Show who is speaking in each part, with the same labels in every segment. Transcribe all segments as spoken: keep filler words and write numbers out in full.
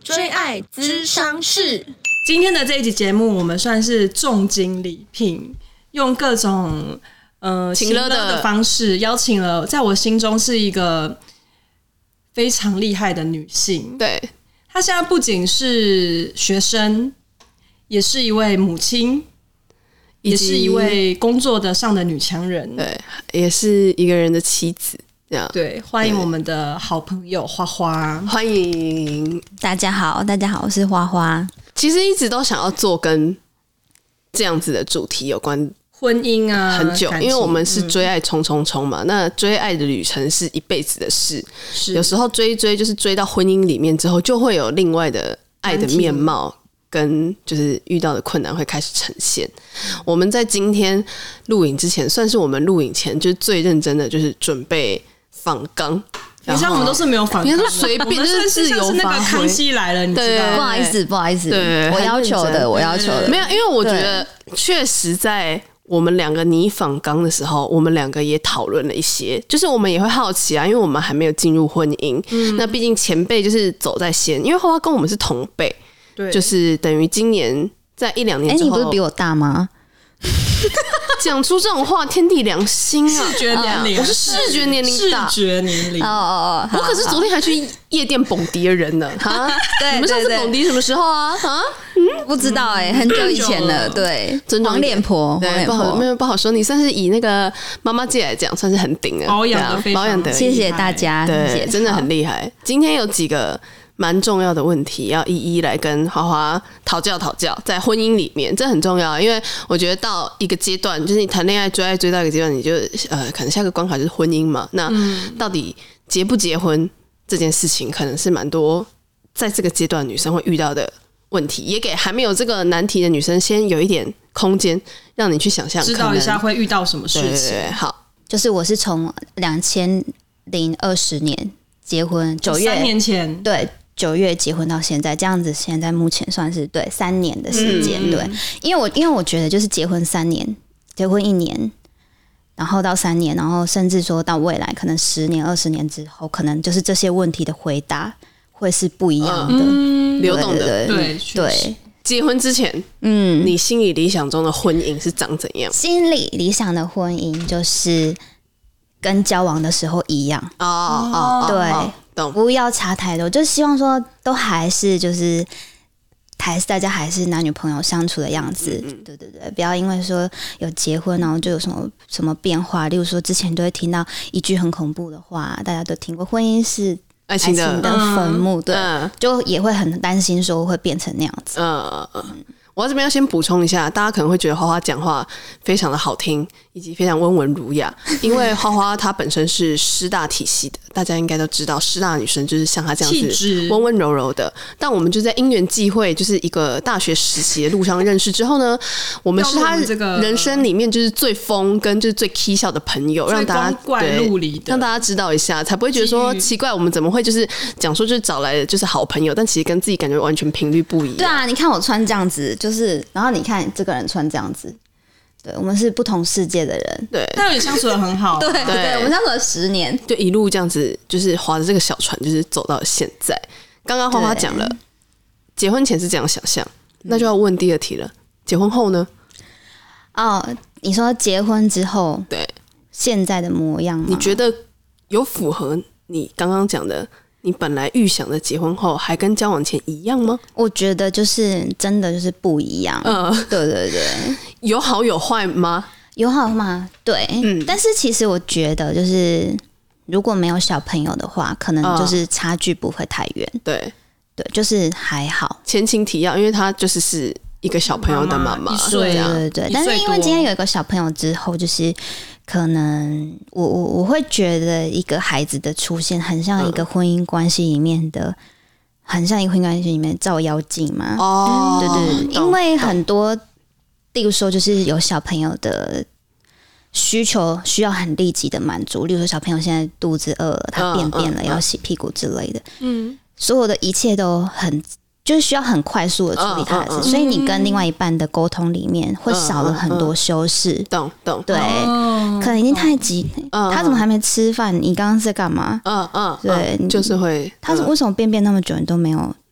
Speaker 1: 追爱諮商室。
Speaker 2: 今天的这一集节目，我们算是重金礼聘，用各种呃情勒的方式邀请了，在我心中是一个非常厉害的女性。
Speaker 3: 对，
Speaker 2: 她现在不仅是学生，也是一位母亲，也是一位工作的上的女强人，
Speaker 3: 对，也是一个人的妻子。
Speaker 2: 对，欢迎我们的好朋友花花。
Speaker 3: 欢迎
Speaker 1: 大家好，大家好，我是花花。
Speaker 3: 其实一直都想要做跟这样子的主题有关
Speaker 2: 婚姻啊，
Speaker 3: 很久，因为我们是追爱冲冲冲嘛、嗯、那追爱的旅程是一辈子的事，是有时候追一追就是追到婚姻里面之后，就会有另外的爱的面貌跟就是遇到的困难会开始呈现。我们在今天录影之前，算是我们录影前就是最认真的，就是准备访纲。
Speaker 2: 你像我们都是没有访纲，
Speaker 3: 随便就是自由发挥。
Speaker 2: 那个康熙来了，你知道？
Speaker 1: 不好意思，不好意思，
Speaker 3: 对，
Speaker 1: 我要求的，我要求的。
Speaker 3: 没有，因为我觉得确实在我们两个拟访纲的时候，我们两个也讨论了一些，就是我们也会好奇啊，因为我们还没有进入婚姻，嗯、那毕竟前辈就是走在先，因为花花跟我们是同辈，对，就是等于今年在一两年之后，
Speaker 1: 哎、欸，你不是比我大吗？
Speaker 3: 讲出这种话，天地良心啊！
Speaker 2: 视觉年龄，
Speaker 3: 我是视觉年龄大，
Speaker 2: 视觉年龄。
Speaker 1: 哦哦哦，
Speaker 3: 我可是昨天还去夜店蹦迪的人呢。哈，
Speaker 1: 对，
Speaker 3: 你们上次蹦迪什么时候啊？啊，
Speaker 1: 嗯，不知道哎、欸，很久以前了。对，黄脸婆，
Speaker 3: 对，不好，没有不好说。你算是以那个妈妈界来讲，算是很顶的，
Speaker 2: 保养的非常，
Speaker 3: 保养的，
Speaker 1: 谢谢大家，
Speaker 3: 对，真的很厉害。今天有几个蛮重要的问题要一一来跟花花讨教讨教，在婚姻里面这很重要，因为我觉得到一个阶段，就是你谈恋爱追爱追到一个阶段，你就呃可能下个关卡就是婚姻嘛。那到底结不结婚这件事情，可能是蛮多在这个阶段女生会遇到的问题，也给还没有这个难题的女生先有一点空间，让你去想象，
Speaker 2: 知道一下会遇到什么事情。
Speaker 3: 对对对，好，
Speaker 1: 就是我是从两千零二十年结婚，九月
Speaker 2: 三年前，
Speaker 1: 对。九月结婚到现在，这样子，现在目前算是对三年的时间、嗯，对，因为我因为我觉得就是结婚三年，结婚一年，然后到三年，然后甚至说到未来可能十年、二十年之后，可能就是这些问题的回答会是不一样的、
Speaker 3: 嗯、流动的，
Speaker 1: 对对 对, 对。
Speaker 3: 结婚之前，嗯，你心里理想中的婚姻是长怎样？
Speaker 1: 心里理想的婚姻就是跟交往的时候一样
Speaker 3: 哦哦，
Speaker 1: 对。
Speaker 3: 哦
Speaker 1: 不要差太多，就希望说都还是就是还是大家还是男女朋友相处的样子，嗯嗯对对对，不要因为说有结婚然后就有什么什么变化，例如说之前都会听到一句很恐怖的话，大家都听过，婚姻是爱情的坟墓，对、嗯，就也会很担心说会变成那样子。
Speaker 3: 嗯嗯，我这边要先补充一下，大家可能会觉得花花讲话非常的好听，以及非常温文儒雅，因为花花她本身是师大体系的，大家应该都知道，师大的女生就是像她这样子温温柔柔的。但我们就在因缘际会，就是一个大学实习的路上认识之后呢，我们是她人生里面就是最疯跟就是最 key 笑的朋友，让大家对让大家知道一下，才不会觉得说奇怪，我们怎么会就是讲说就是找来的就是好朋友，但其实跟自己感觉完全频率不一样。
Speaker 1: 对啊，你看我穿这样子。就是然后你看这个人穿这样子，对，我们是不同世界的人，
Speaker 3: 对，
Speaker 2: 但也相处得很好，
Speaker 1: 对 对, 对，我们相处了十年，
Speaker 3: 就一路这样子，就是划着这个小船，就是走到现在。刚刚花花讲了，结婚前是这样想象，那就要问第二题了，结婚后呢？
Speaker 1: 哦，你说结婚之后，
Speaker 3: 对，
Speaker 1: 现在的模样吗？
Speaker 3: 你觉得有符合你刚刚讲的？你本来预想的结婚后还跟交往前一样吗？
Speaker 1: 我觉得就是真的就是不一样。嗯，对对对，
Speaker 3: 有好有坏吗？
Speaker 1: 有好吗？对，嗯。但是其实我觉得就是如果没有小朋友的话，可能就是差距不会太远。
Speaker 3: 嗯、对
Speaker 1: 对，就是还好。
Speaker 3: 前情提要，因为他就是是一个小朋友的妈妈，
Speaker 1: 对对对。但是因为今天有一个小朋友之后，就是可能我我我会觉得一个孩子的出现，很像一个婚姻关系里面的，嗯、很像一个婚姻关系里面的照妖镜嘛。哦，对对对，因为很多，例如说就是有小朋友的需求需要很立即的满足，例如说小朋友现在肚子饿了，他便便了，嗯嗯、要洗屁股之类的，嗯，所有的一切都很。就是需要很快速的处理他的事，嗯嗯嗯、所以你跟另外一半的沟通里面会少了很多修饰。懂懂，对，可能已经太急，嗯、他怎么还没吃饭？你刚刚在干嘛？嗯嗯，对，
Speaker 3: 就是会，
Speaker 1: 他为什么便便那么久你都没有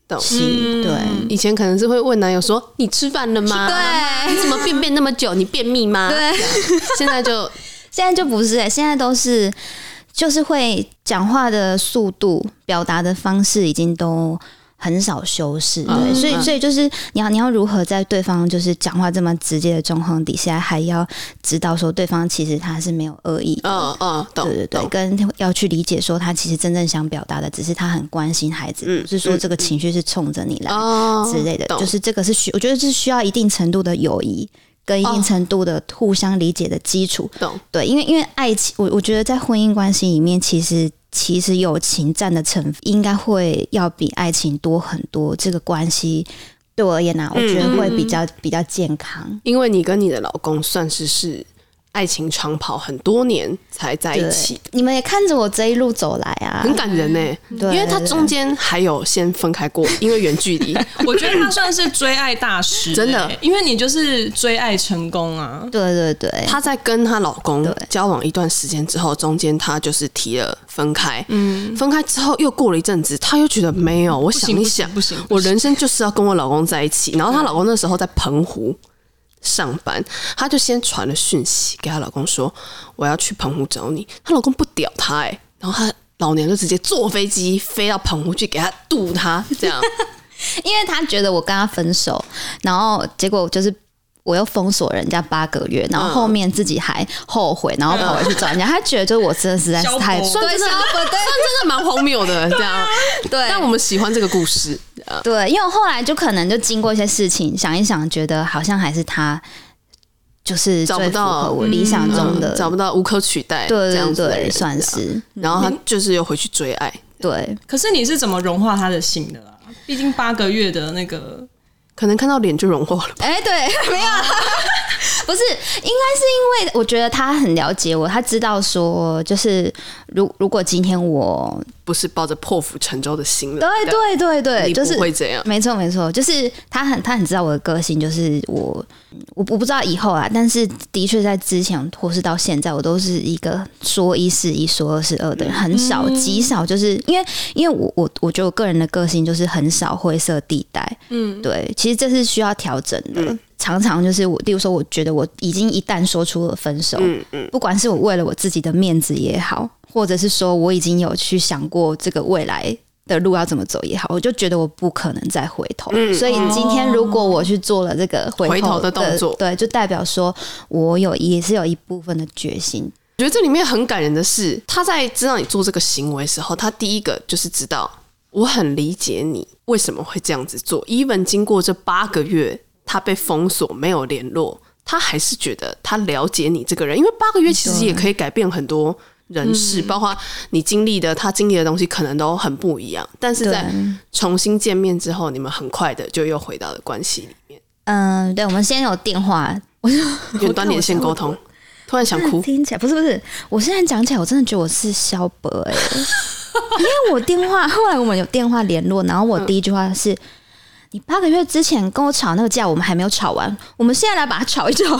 Speaker 3: 懂
Speaker 1: 是，嗯、对。
Speaker 3: 以前可能是会问男友说：“你吃饭了吗？
Speaker 1: 对，
Speaker 3: 你怎么便便那么久？你便秘吗？”
Speaker 1: 对，
Speaker 3: 现在就
Speaker 1: 现在就不是、欸，现在都是就是会讲话的速度、表达的方式已经都很少修饰，对，嗯、所以所以就是你要你要如何在对方就是讲话这么直接的状况底下，还要知道说对方其实他是没有恶意的，嗯嗯，对对对，跟要去理解说他其实真正想表达的只是他很关心孩子，嗯、不是说这个情绪是冲着你来之类的，嗯、就是这个是需我觉得是需要一定程度的友谊。跟一定程度的互相理解的基础，哦、对，因为因为爱情，我我觉得在婚姻关系里面，其实其实友情占的成分应该会要比爱情多很多。这个关系对我而言啊，我觉得会比较、嗯、比较健康，
Speaker 3: 因为你跟你的老公算是是爱情长跑很多年才在一起，
Speaker 1: 你们也看着我这一路走来啊，
Speaker 3: 很感人呢、欸。因为他中间还有先分开过，因为远距离。
Speaker 2: 我觉得他算是追爱大师、欸，
Speaker 3: 真的，
Speaker 2: 因为你就是追爱成功啊。
Speaker 1: 对对对，
Speaker 3: 她在跟她老公交往一段时间之后，中间她就是提了分开。嗯，分开之后又过了一阵子，她又觉得没有，我想一想，
Speaker 2: 不行，不行，
Speaker 3: 我人生就是要跟我老公在一起。然后她老公那时候在澎湖上班，她就先传了讯息给她老公说：“我要去澎湖找你。”她老公不屌她哎、欸，然后她老娘就直接坐飞机飞到澎湖去给她渡她，这样，
Speaker 1: 因为她觉得我跟她分手，然后结果就是我又封锁人家八个月，然后后面自己还后悔，然后跑回去找人家，她觉得就是我真的实在是太
Speaker 3: 算真的，算真的蛮荒谬的这样。对，但我们喜欢这个故事。
Speaker 1: 对，因为我后来就可能就经过一些事情，想一想，觉得好像还是他就是最符合我理想中的，
Speaker 3: 嗯、找不到无可取代，
Speaker 1: 对
Speaker 3: 对
Speaker 1: 对，算是。
Speaker 3: 然后他就是又回去追爱，
Speaker 1: 对。
Speaker 2: 可是你是怎么融化他的心的啦？毕竟八个月的那个，
Speaker 3: 可能看到脸就融化了。
Speaker 1: 哎、欸，对，没有，不是，应该是因为我觉得他很了解我，他知道说，就是如如果今天我。
Speaker 3: 不是抱着破釜沉舟的心了，
Speaker 1: 对对对对，就是
Speaker 3: 不会这样，
Speaker 1: 没错没错，就是他很他很知道我的个性，就是我我我不知道以后啊，但是的确在之前或是到现在，我都是一个说一是一说二是二的人，很少极少，就是因为因为我我我觉得我个人的个性就是很少灰色地带，嗯，对，其实这是需要调整的。嗯，常常就是我，例如说，我觉得我已经一旦说出了分手，嗯嗯，不管是我为了我自己的面子也好，或者是说我已经有去想过这个未来的路要怎么走也好，我就觉得我不可能再回头。嗯、所以今天如果我去做了这个回头 的,
Speaker 3: 回头的动作，
Speaker 1: 对，就代表说我有也是有一部分的决心。
Speaker 3: 我觉得这里面很感人的是，他在知道你做这个行为的时候，他第一个就是知道我很理解你为什么会这样子做。even 经过这八个月。他被封锁，没有联络，他还是觉得他了解你这个人，因为八个月其实也可以改变很多人事，包括你经历的，他经历的东西可能都很不一样。但是在重新见面之后，你们很快的就又回到了关系里面。
Speaker 1: 嗯，对，我们先有电话，我就
Speaker 3: 有端连线沟通。突然想哭，
Speaker 1: 听起来不是不是，我现在讲起来，我真的觉得我是萧伯哎、欸，因为我电话后来我们有电话联络，然后我第一句话是。嗯，你八个月之前跟我吵那个架，我们还没有吵完，我们现在来把它吵一吵。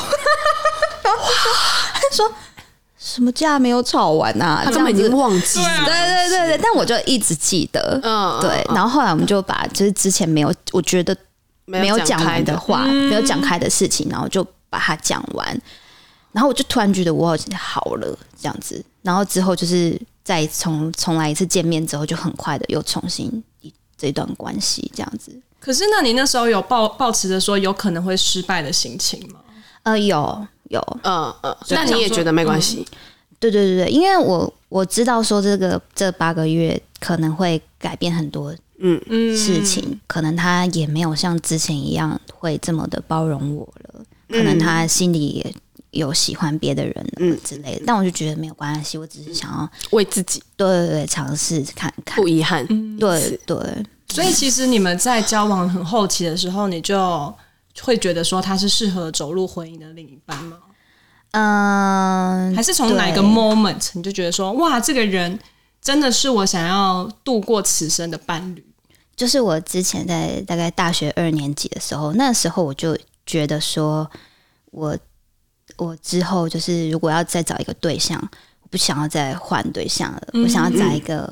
Speaker 1: 他说什么架没有吵完啊？
Speaker 3: 他根本已经忘记了。
Speaker 1: 对对对对，但我就一直记得。嗯，对。然后后来我们就把就是之前没有我觉得没有讲完的话，没有讲开的事情，然后就把它讲完。然后我就突然觉得我好了这样子，然后之后就是再重重来一次见面之后，就很快的又重新这段关系这样子。
Speaker 2: 可是，那你那时候有抱抱持着说有可能会失败的心情吗？
Speaker 1: 呃，有有，
Speaker 3: 嗯嗯，那你也觉得没关系？嗯、
Speaker 1: 对对对对，因为我我知道说这个这八个月可能会改变很多嗯事情，嗯、可能他也没有像之前一样会这么的包容我了，可能他心里也有喜欢别的人了嗯之类的，但我就觉得没有关系，我只是想要
Speaker 3: 为自己
Speaker 1: 对对对尝试看看，
Speaker 3: 不遗憾，
Speaker 1: 嗯、对对。
Speaker 2: 所以其实你们在交往很后期的时候，你就会觉得说他是适合走入婚姻的另一半吗？嗯，还是从哪个 moment 你就觉得说哇，这个人真的是我想要度过此生的伴侣？
Speaker 1: 就是我之前在大概大学二年级的时候，那时候我就觉得说我我之后就是如果要再找一个对象，我不想要再换对象了，嗯、我想要找一个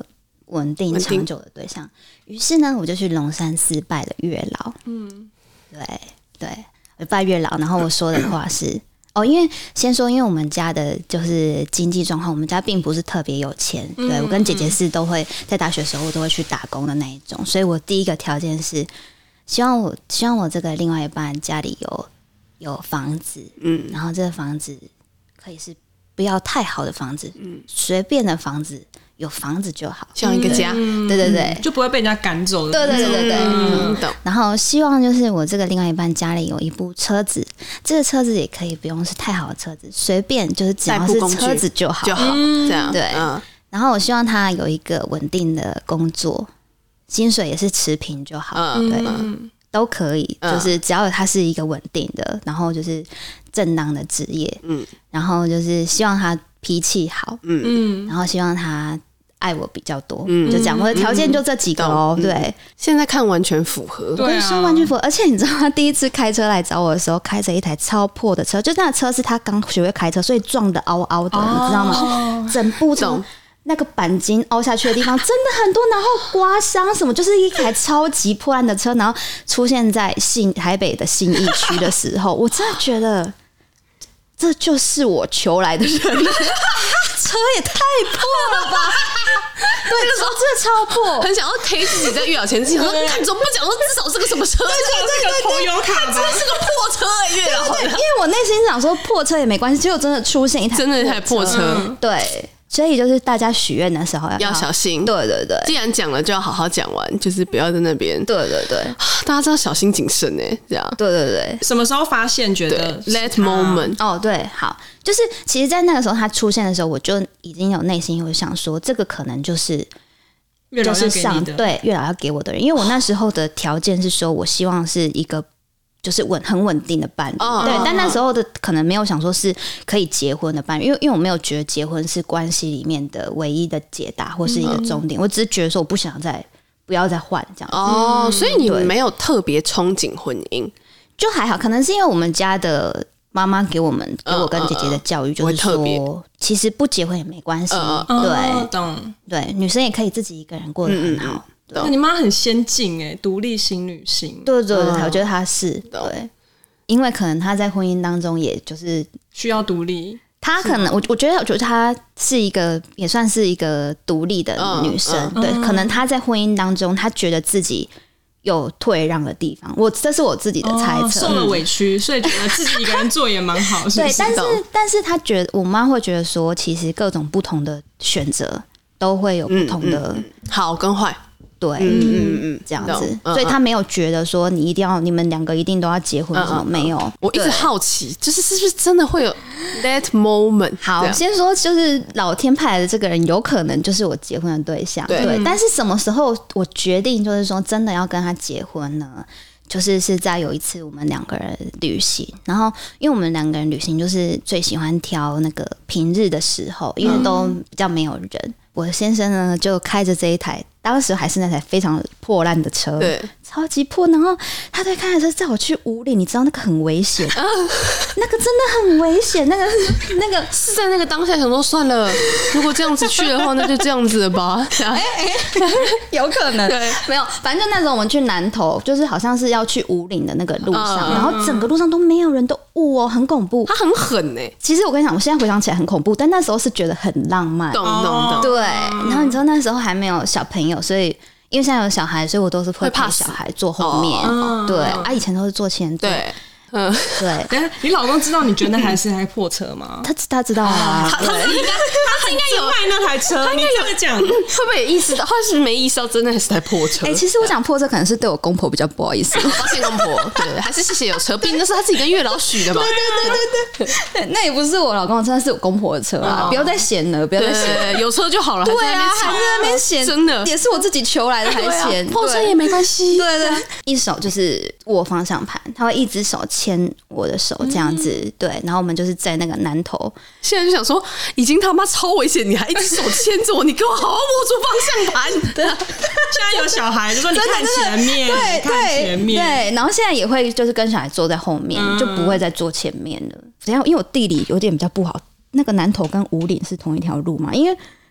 Speaker 1: 稳定长久的对象。于是呢，我就去龙山寺拜了月老。嗯，对对，我拜月老，然后我说的话是。哦，因为先说，因为我们家的就是经济状况，我们家并不是特别有钱。对、嗯、我跟姐姐是都会在大学的时候，我都会去打工的那一种，所以我第一个条件是希望我希望我这个另外一半家里有有房子，嗯，然后这个房子可以是不要太好的房子，嗯，随便的房子。有房子就好，
Speaker 3: 像一个家，
Speaker 1: 对对对，
Speaker 2: 就不会被人家赶走的。
Speaker 1: 对对对对对，
Speaker 3: 嗯，懂。
Speaker 1: 然后希望就是我这个另外一半家里有一部车子，这个车子也可以不用是太好的车子，随便就是只要是车子就好
Speaker 3: 就好，这样
Speaker 1: 对。嗯、然后我希望他有一个稳定的工作，薪水也是持平就好，嗯、对。嗯都可以，就是只要他是一个稳定的，然后就是正当的职业，嗯，然后就是希望他脾气好，嗯，然后希望他爱我比较多，嗯，就这样，我的条件就这几个哦，嗯、对，
Speaker 3: 现在看完全符合，
Speaker 1: 我跟你说完全符合，而且你知道他第一次开车来找我的时候，开着一台超破的车，就那车是他刚学会开车，所以撞得凹凹的，哦、你知道吗？整部车。那个钣金凹下去的地方真的很多，然后刮伤什么，就是一台超级破烂的车，然后出现在信台北的信义区的时候，我真的觉得这就是我求来的人，车也太破了吧！对，那时候真的超破，
Speaker 3: 很想要推自己在月老前自己说，看怎么不讲说至少是个什么车？
Speaker 2: 至少是个头油卡，
Speaker 3: 真的是个破车哎、欸，月老。
Speaker 1: 因为我内心想说破车也没关系，结果真的出现一台
Speaker 3: 真的一台破车，
Speaker 1: 嗯、对。所以就是大家许愿的时候要
Speaker 3: 要小心，
Speaker 1: 对对对。
Speaker 3: 既然讲了，就要好好讲完，就是不要在那边。
Speaker 1: 对对对，
Speaker 3: 大家知道小心谨慎哎，这样。
Speaker 1: 对对对。
Speaker 2: 什么时候发现觉得
Speaker 3: let moment？
Speaker 1: 哦，对，好，就是其实，在那个时候他出现的时候，我就已经有内心有想说，这个可能就是就是上对月老要给我的人，因为我那时候的条件是说我希望是一个。就是稳很稳定的伴侣，哦、对，哦、但那时候的可能没有想说是可以结婚的伴侣，因为因为我没有觉得结婚是关系里面的唯一的解答或是一个终点，嗯、我只是觉得说我不想再不要再换这样子。
Speaker 3: 哦，所以你没有特别憧憬婚姻，
Speaker 1: 就还好，可能是因为我们家的妈妈给我们给我跟姐姐的教育就是说，其实不结婚也没关系，嗯、对，懂、哦，对，女生也可以自己一个人过得很好。嗯嗯
Speaker 2: 那你妈很先进哎，独立型女性。
Speaker 1: 对对对，嗯、我觉得她是对，因为可能她在婚姻当中，也就是
Speaker 2: 需要独立。
Speaker 1: 她可能我我觉得，我觉得她是一个也算是一个独立的女生。嗯嗯、对，可能她在婚姻当中，她觉得自己有退让的地方。我这是我自己的猜测，
Speaker 2: 受了委屈，所以觉得自己一个人做也蛮好。是不是？
Speaker 1: 对，但是但是她觉得，我妈会觉得说，其实各种不同的选择都会有不同的、
Speaker 3: 嗯嗯、好跟坏。
Speaker 1: 对，嗯嗯嗯，这样子，嗯、所以他没有觉得说你一定要，你们两个一定都要结婚什么，嗯嗯、没有。
Speaker 3: 我一直好奇，就是是不是真的会有 that moment？
Speaker 1: 好，先说就是老天派来的这个人，有可能就是我结婚的对象，对。对，但是什么时候我决定就是说真的要跟他结婚呢？就是是在有一次我们两个人旅行，然后因为我们两个人旅行就是最喜欢挑那个平日的时候，因为都比较没有人。嗯、我先生呢就开着这一台。当时还是那台非常破烂的车，对，超级破。然后他对开的车载我去武岭，你知道那个很危险，啊、那个真的很危险。那个那个
Speaker 3: 是在那个当下想说算了，如果这样子去的话，那就这样子了吧。哎哎、
Speaker 1: 欸，有可能对，没有。反正就那时候我们去南投，就是好像是要去武岭的那个路上，嗯、然后整个路上都没有人，都雾哦，很恐怖。
Speaker 3: 他很狠哎、欸。
Speaker 1: 其实我跟你讲，我现在回想起来很恐怖，但那时候是觉得很浪漫。
Speaker 3: 懂懂懂。
Speaker 1: 对，然后你知道那时候还没有小朋友。所以，因为现在有小孩，所以我都是会陪小孩坐后面。哦、对，啊，以前都是坐前座。
Speaker 3: 对，
Speaker 1: 嗯，对。
Speaker 2: 等下，你老公知道你觉得那台是台破车吗？
Speaker 1: 他他知道啊，
Speaker 3: 他他应该他应该有
Speaker 2: 卖那台车，
Speaker 3: 他应该有
Speaker 2: 讲，
Speaker 3: 会不会有意识到？他是没意识到真的是台破车？
Speaker 1: 哎、欸，其实我讲破车可能是对我公婆比较不好意思，
Speaker 3: 抱歉公婆，对，还是谢谢有车，毕竟那是他自己跟月老许的嘛。
Speaker 1: 对对对对对，那也不是我老公的车，那是我公婆的车啊！哦、不要再嫌了，不要再嫌了，
Speaker 3: 有车就好了。
Speaker 1: 对啊，还在那边嫌，
Speaker 3: 真的
Speaker 1: 也是我自己求来的，还嫌、
Speaker 3: 啊、破车也没关系。
Speaker 1: 对对，一手就是握方向盘，他会一只手牵我的手这样子，嗯、对，然后我们就是在那个南投。
Speaker 3: 现在就想说，已经他妈超危险，你还一只手牵着我，你给我好好握住方向盘。
Speaker 2: 对，现在有小孩就说你看前面，
Speaker 1: 对
Speaker 2: 看前面，
Speaker 1: 对，然后现在也会就是跟小孩坐在后面，嗯、就不会再坐前面了。等一下，因为我地理有点比较不好，那个南投跟武岭是同一条路嘛，因为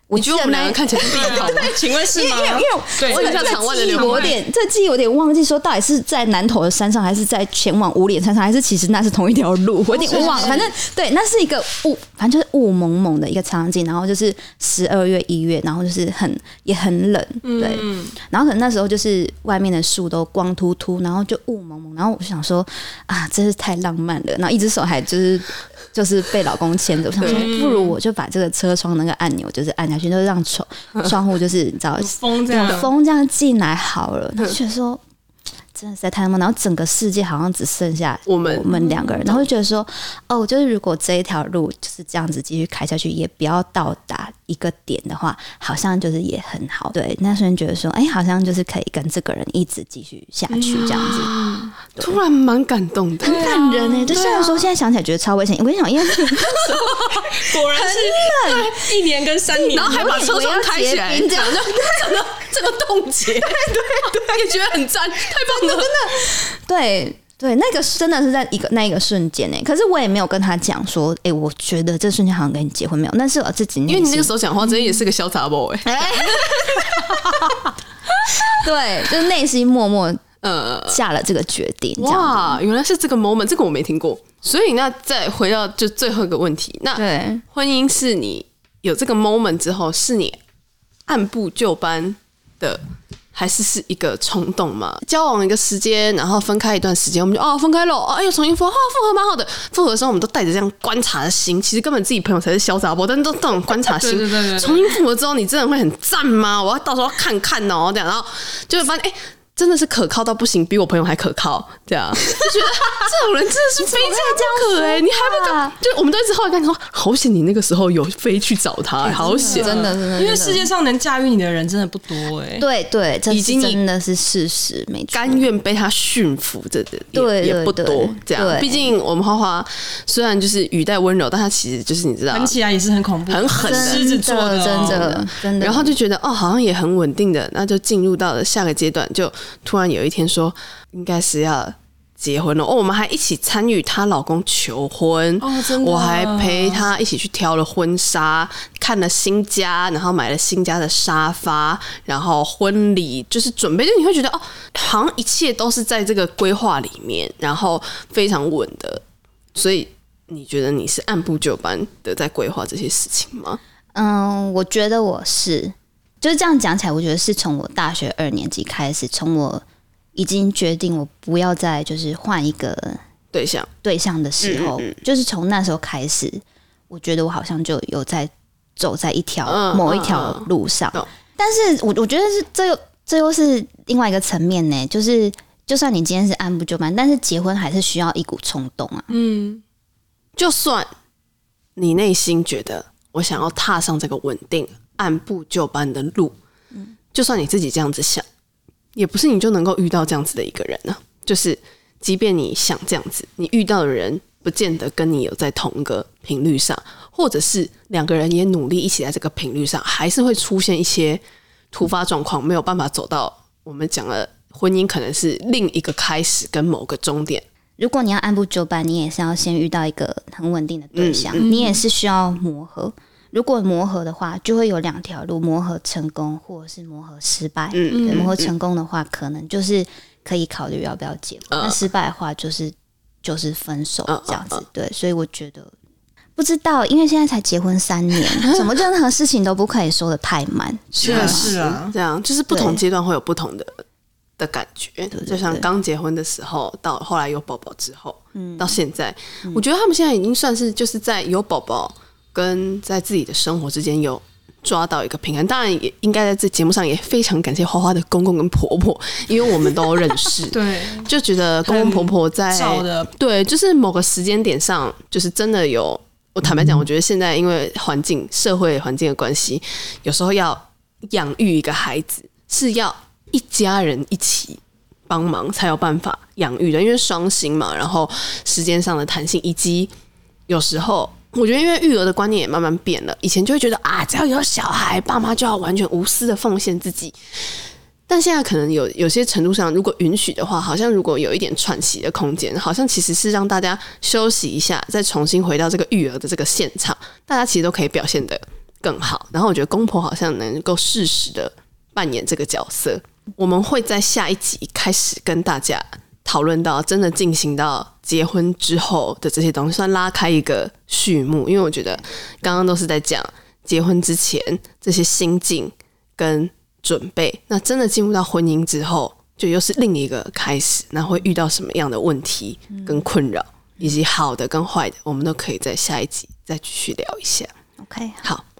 Speaker 3: 我觉得我们两个看起来是
Speaker 2: 对啊，请问是吗？
Speaker 1: 因为因为
Speaker 2: 对，
Speaker 1: 我这个记忆我有点，这记忆我有点忘记说到底是在南投的山上，还是在前往五脸山上，还是其实那是同一条路，我有点忘了。反正对，那是一个雾，反正就是雾蒙蒙的一个场景，然后就是十二月一月，然后就是很也很冷，对，嗯、然后可能那时候就是外面的树都光秃秃，然后就雾蒙蒙，然后我就想说啊，真是太浪漫了，然后一只手还就是就是被老公牵着，我想说不如我就把这个车窗那个按钮就是按下去，就让窗窗户就是你知道
Speaker 2: 风这样
Speaker 1: 风这样进来好了，就觉得说。真的实在太浪漫，然后整个世界好像只剩下我们我们两个人，然后就觉得说，哦，就是如果这一条路就是这样子继续开下去，也不要到达一个点的话，好像就是也很好。对，那瞬间觉得说，哎、欸，好像就是可以跟这个人一直继续下去这样子，
Speaker 3: 嗯、突然蛮感动的，
Speaker 1: 很感人哎、欸。就虽然说现在想起来觉得超危险，我跟你讲，因为那个
Speaker 2: 果然是一年跟三年，
Speaker 3: 然后还把车窗开起来，这样就整个这个冻结，对对，也觉得很赞，太棒了。
Speaker 1: 真的，对对，那个真的是在一个那一个瞬间呢。可是我也没有跟他讲说，哎、欸，我觉得这瞬间好像跟你结婚没有。但是我自己，
Speaker 3: 因为你那个时候讲话，真的也是个小杂包哎。
Speaker 1: 对，就是内心默默呃下了这个决定。
Speaker 3: 哇，原来是这个 moment， 这个我没听过。所以那再回到就最后一个问题，那对婚姻是你有这个 moment 之后，是你按部就班的。还是是一个冲动嘛？交往一个时间，然后分开一段时间，我们就哦分开了，哦哎呦重新复合，哦复合蛮好的。复合的时候，我们都带着这样观察的心，其实根本自己朋友才是小杂包，但是都这种观察心。对对对对。重新复合之后，你真的会很赞吗？我要到时候要看看哦，这样，然后就会发现，哎、欸。真的是可靠到不行，比我朋友还可靠，这样就觉得这种人真的是非常不可哎、欸！你还不敢，就我们都一直后来跟你说，好险你那个时候有飞去找他，欸、好险，
Speaker 1: 真的真的，
Speaker 2: 因为世界上能驾驭你的人真的不多哎、欸。
Speaker 1: 对对，这是真的是事实，没错。
Speaker 3: 甘愿被他驯服着的也也不多，这样。毕竟我们花花虽然就是语带温柔，但他其实就是你知道，
Speaker 2: 狠起来也是很恐怖，
Speaker 3: 很狠的
Speaker 2: 狮子座的、哦，
Speaker 1: 真的真的。
Speaker 3: 然后就觉得哦，好像也很稳定的，那就进入到了下个阶段就。突然有一天说应该是要结婚了哦，我们还一起参与她老公求婚哦，真的，我还陪她一起去挑了婚纱，看了新家，然后买了新家的沙发，然后婚礼就是准备，就你会觉得哦，好像一切都是在这个规划里面，然后非常稳的。所以你觉得你是按部就班的在规划这些事情吗？
Speaker 1: 嗯，我觉得我是。就是这样讲起来，我觉得是从我大学二年级开始，从我已经决定我不要再就是换一个
Speaker 3: 对象
Speaker 1: 对象的时候，嗯嗯嗯就是从那时候开始，我觉得我好像就有在走在一条、嗯、某一条路上。嗯嗯、但是我我觉得是这又这又是另外一个层面呢，就是就算你今天是按部就班，但是结婚还是需要一股冲动啊。
Speaker 3: 嗯，就算你内心觉得我想要踏上这个稳定。按部就班的路，就算你自己这样子想，也不是你就能够遇到这样子的一个人呢、啊。就是即便你想这样子，你遇到的人不见得跟你有在同一个频率上，或者是两个人也努力一起在这个频率上，还是会出现一些突发状况，没有办法走到我们讲的婚姻可能是另一个开始跟某个终点。
Speaker 1: 如果你要按部就班，你也是要先遇到一个很稳定的对象，嗯嗯、你也是需要磨合。如果磨合的话，就会有两条路：磨合成功，或者是磨合失败。嗯，对，磨合成功的话，可能就是可以考虑要不要结婚；那、嗯、失败的话，就是就是分手这样子。嗯嗯嗯、对，所以我觉得不知道，因为现在才结婚三年，什么任何事情都不可以说的太满。
Speaker 2: 是啊，是啊，
Speaker 3: 这样就是不同阶段会有不同的的感觉。对对对，就像刚结婚的时候，到后来有宝宝之后，嗯，到现在，嗯、我觉得他们现在已经算是就是在有宝宝。跟在自己的生活之间有抓到一个平衡，当然也应该在这节目上也非常感谢花花的公公跟婆婆，因为我们都认识，
Speaker 2: 对，
Speaker 3: 就觉得公公婆婆在对，就是某个时间点上，就是真的有。我坦白讲，我觉得现在因为环境、社会环境的关系，有时候要养育一个孩子是要一家人一起帮忙才有办法养育的，因为双薪嘛，然后时间上的弹性，以及有时候。我觉得因为育儿的观念也慢慢变了，以前就会觉得啊，只要有小孩，爸妈就要完全无私的奉献自己。但现在可能有有些程度上，如果允许的话，好像如果有一点喘息的空间，好像其实是让大家休息一下，再重新回到这个育儿的这个现场，大家其实都可以表现得更好。然后我觉得公婆好像能够适时的扮演这个角色。我们会在下一集开始跟大家讨论到真的进行到结婚之后的这些东西，算拉开一个序幕。因为我觉得刚刚都是在讲结婚之前这些心境跟准备，那真的进入到婚姻之后就又是另一个开始，那会遇到什么样的问题跟困扰、嗯、以及好的跟坏的，我们都可以在下一集再继续聊一下。
Speaker 1: OK，
Speaker 3: 好，